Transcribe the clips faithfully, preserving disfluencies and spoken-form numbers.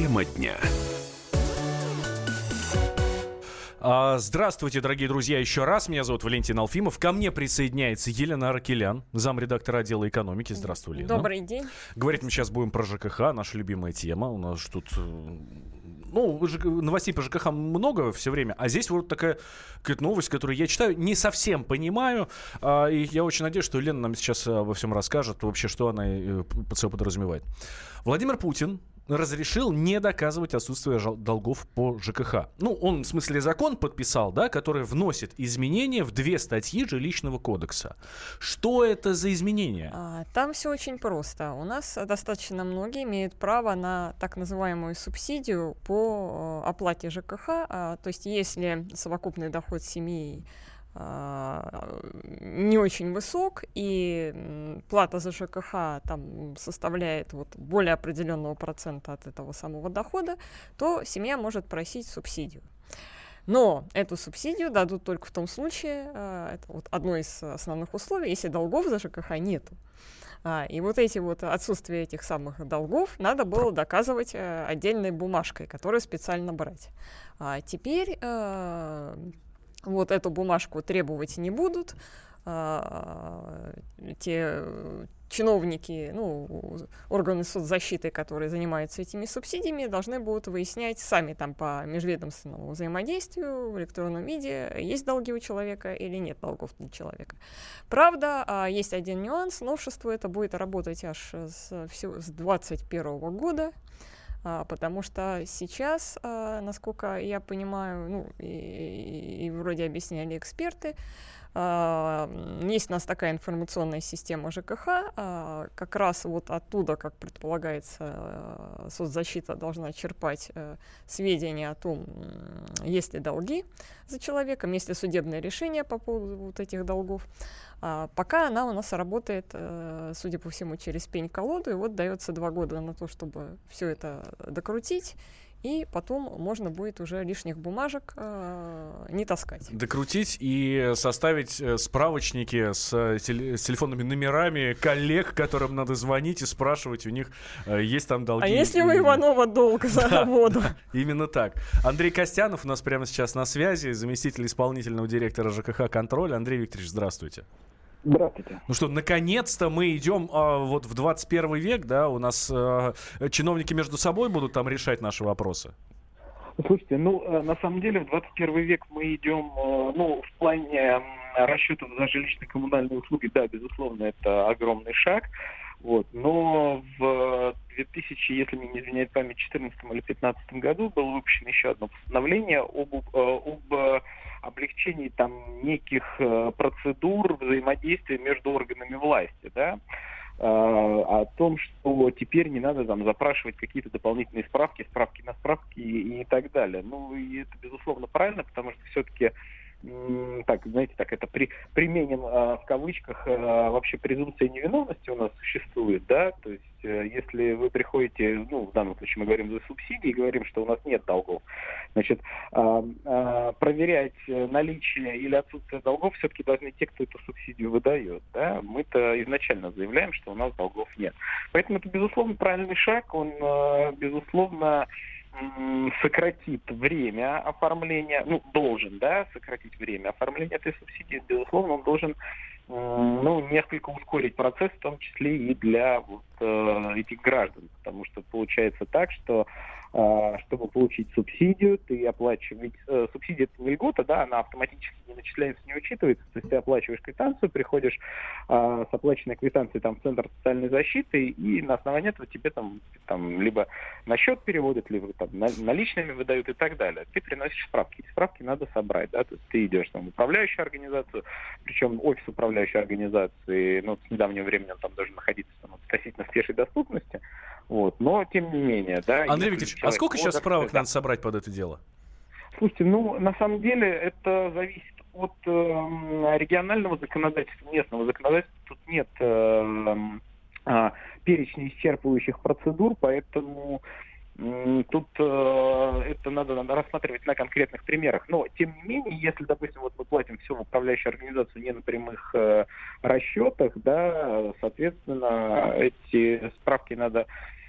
Тема дня. Здравствуйте, дорогие друзья, еще раз. Меня зовут Валентин Алфимов. Ко мне присоединяется Елена Аракелян, замредактора отдела экономики. Здравствуй, Лена. Добрый день. Говорить мы сейчас будем про ЖКХ, наша любимая тема. У нас тут, ну, новостей по ЖКХ много все время, а здесь вот такая какая-то новость, которую я читаю, не совсем понимаю. И я очень надеюсь, что Лена нам сейчас обо всем расскажет, вообще, что она под собой подразумевает. Владимир Путин разрешил не доказывать отсутствие долгов по ЖКХ. Ну, он, в смысле, закон подписал, да, который вносит изменения в две статьи Жилищного кодекса. Что это за изменения? А, там все очень просто. У нас достаточно многие имеют право на так называемую субсидию по оплате ЖКХ. А, то есть, если совокупный доход семьи не очень высок, и плата за ЖКХ там составляет вот более определенного процента от этого самого дохода, то семья может просить субсидию. Но эту субсидию дадут только в том случае, это вот одно из основных условий, если долгов за ЖКХ нету. И вот эти вот отсутствие этих самых долгов надо было доказывать отдельной бумажкой, которую специально брать. А теперь вот эту бумажку требовать не будут. А, те чиновники, ну, органы соцзащиты, которые занимаются этими субсидиями, должны будут выяснять сами там по межведомственному взаимодействию в электронном виде, есть долги у человека или нет долгов для человека. Правда, а, есть один нюанс. Новшество это будет работать аж с, с двадцать первого года. А, потому что сейчас, а, насколько я понимаю, ну, и, и, и вроде объясняли эксперты, а, есть у нас такая информационная система ЖКХ, а, как раз вот оттуда, как предполагается, а, соцзащита должна черпать а, сведения о том, есть ли долги за человеком, есть ли судебное решение по поводу вот этих долгов. А пока она у нас работает, э, судя по всему, через пень-колоду, и вот дается два года на то, чтобы все это докрутить, и потом можно будет уже лишних бумажек э, не таскать. Докрутить и составить справочники с, теле- с телефонными номерами коллег, которым надо звонить и спрашивать у них, э, есть там долги. А если у Иванова долг за воду? Именно так. Андрей Костянов у нас прямо сейчас на связи, заместитель исполнительного директора ЖКХ «Контроль». Андрей Викторович, здравствуйте. Здравствуйте. Ну что, наконец-то мы идем а, вот в двадцать первый век, да, у нас а, чиновники между собой будут там решать наши вопросы. Слушайте, ну, на самом деле в двадцать первый век мы идем, ну, в плане расчетов за жилищно-коммунальные услуги, да, безусловно, это огромный шаг, вот, но в две тысячи, если мне не изменяет память, четырнадцатом или пятнадцатом году было выпущено еще одно постановление об, об облегчении там неких процедур взаимодействия между органами власти, да, о том, что теперь не надо там запрашивать какие-то дополнительные справки, справки на справки и, и так далее. Ну, и это, безусловно, правильно, потому что все-таки, м- так, знаете, так это при, применен а, в кавычках а, вообще презумпция невиновности у нас существует, да, то есть а, если вы приходите, ну, в данном случае мы говорим за субсидии, говорим, что у нас нет долгов, значит, а, а, проверять наличие или отсутствие долгов все-таки должны те, кто эту субсидию выдает, да, мы-то изначально заявляем, что у нас долгов нет. Поэтому это, безусловно, правильный шаг, он, безусловно, сократит время оформления, ну, должен, да, сократить время оформления этой субсидии, безусловно, он должен, ну, несколько ускорить процесс, в том числе и для вот, э, этих граждан, потому что получается так, что э, чтобы получить субсидию, ты оплачиваешь, э, субсидия это не льгота, да, она автоматически не начисляется, не учитывается, то есть ты оплачиваешь квитанцию, приходишь э, с оплаченной квитанцией там, в Центр социальной защиты, и на основании этого тебе там, там либо на счет переводят, либо там наличными выдают и так далее. Ты приносишь справки. Эти справки надо собрать, да, то есть ты идешь там, в управляющую организацию, причем офис управляющей организации, ну, с недавнего времени он там должен находиться там, относительно в пешей доступности, вот, но тем не менее, да. Андрей Викторович, а сколько сейчас справок надо собрать под это дело? Слушайте, ну, на самом деле это зависит от э, регионального законодательства, местного законодательства. Тут нет э, э, перечня исчерпывающих процедур, поэтому э, тут э, это надо, надо рассматривать на конкретных примерах. Но, тем не менее, если, допустим, вот мы платим все в управляющую организацию не на прямых э, расчетах, да, соответственно, эти справки надо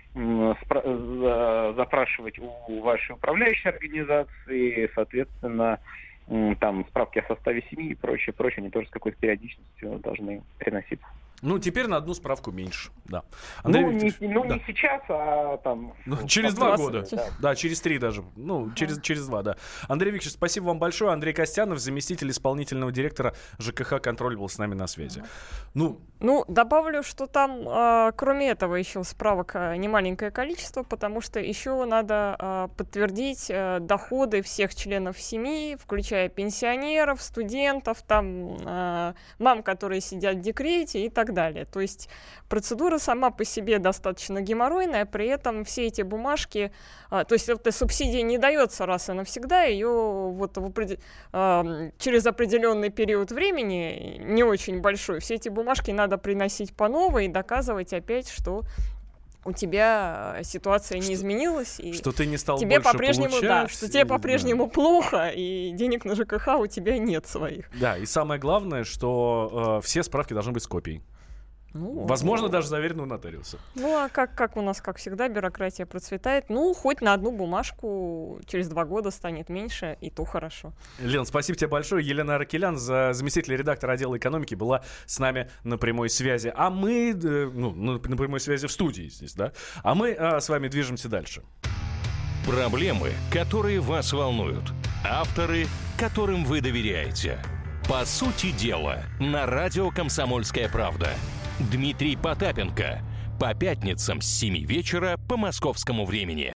спра- запрашивать у вашей управляющей организации, соответственно, там справки о составе семьи и прочее, прочее, они тоже с какой-то периодичностью должны приноситься. Ну, теперь на одну справку меньше, да. Андрей ну, Викторович, не, ну да. не сейчас, а там... Ну, через два года. Да. да, через три даже. Ну, через, через два, да. Андрей Викторович, спасибо вам большое. Андрей Костянов, заместитель исполнительного директора ЖКХ «Контроль», был с нами на связи. Ну, ну добавлю, что там, э, кроме этого, еще справок э, немаленькое количество, потому что еще надо э, подтвердить э, доходы всех членов семьи, включая пенсионеров, студентов, там, э, мам, которые сидят в декрете и так далее. То есть процедура сама по себе достаточно геморройная, при этом все эти бумажки, а, то есть эта субсидия не дается раз и навсегда, ее вот в опред... а, через определенный период времени, не очень большой, все эти бумажки надо приносить по новой и доказывать опять, что у тебя ситуация не что, изменилась, и что ты не стал тебе больше по-прежнему, получать, да, что тебе и, по-прежнему да. плохо, и денег на ЖКХ у тебя нет своих. Да, и самое главное, что э, все справки должны быть с копией. Ну, Возможно, ну, даже заверенную нотариуса. Ну, а как, как у нас, как всегда, бюрократия процветает. Ну, хоть на одну бумажку через два года станет меньше, и то хорошо. Лен, спасибо тебе большое. Елена Аракелян, заместитель редактора отдела экономики, была с нами на прямой связи. А мы, ну, на прямой связи в студии здесь, да? А мы а, с вами движемся дальше. Проблемы, которые вас волнуют. Авторы, которым вы доверяете. По сути дела, на радио «Комсомольская правда». Дмитрий Потапенко. По пятницам с семи вечера по московскому времени.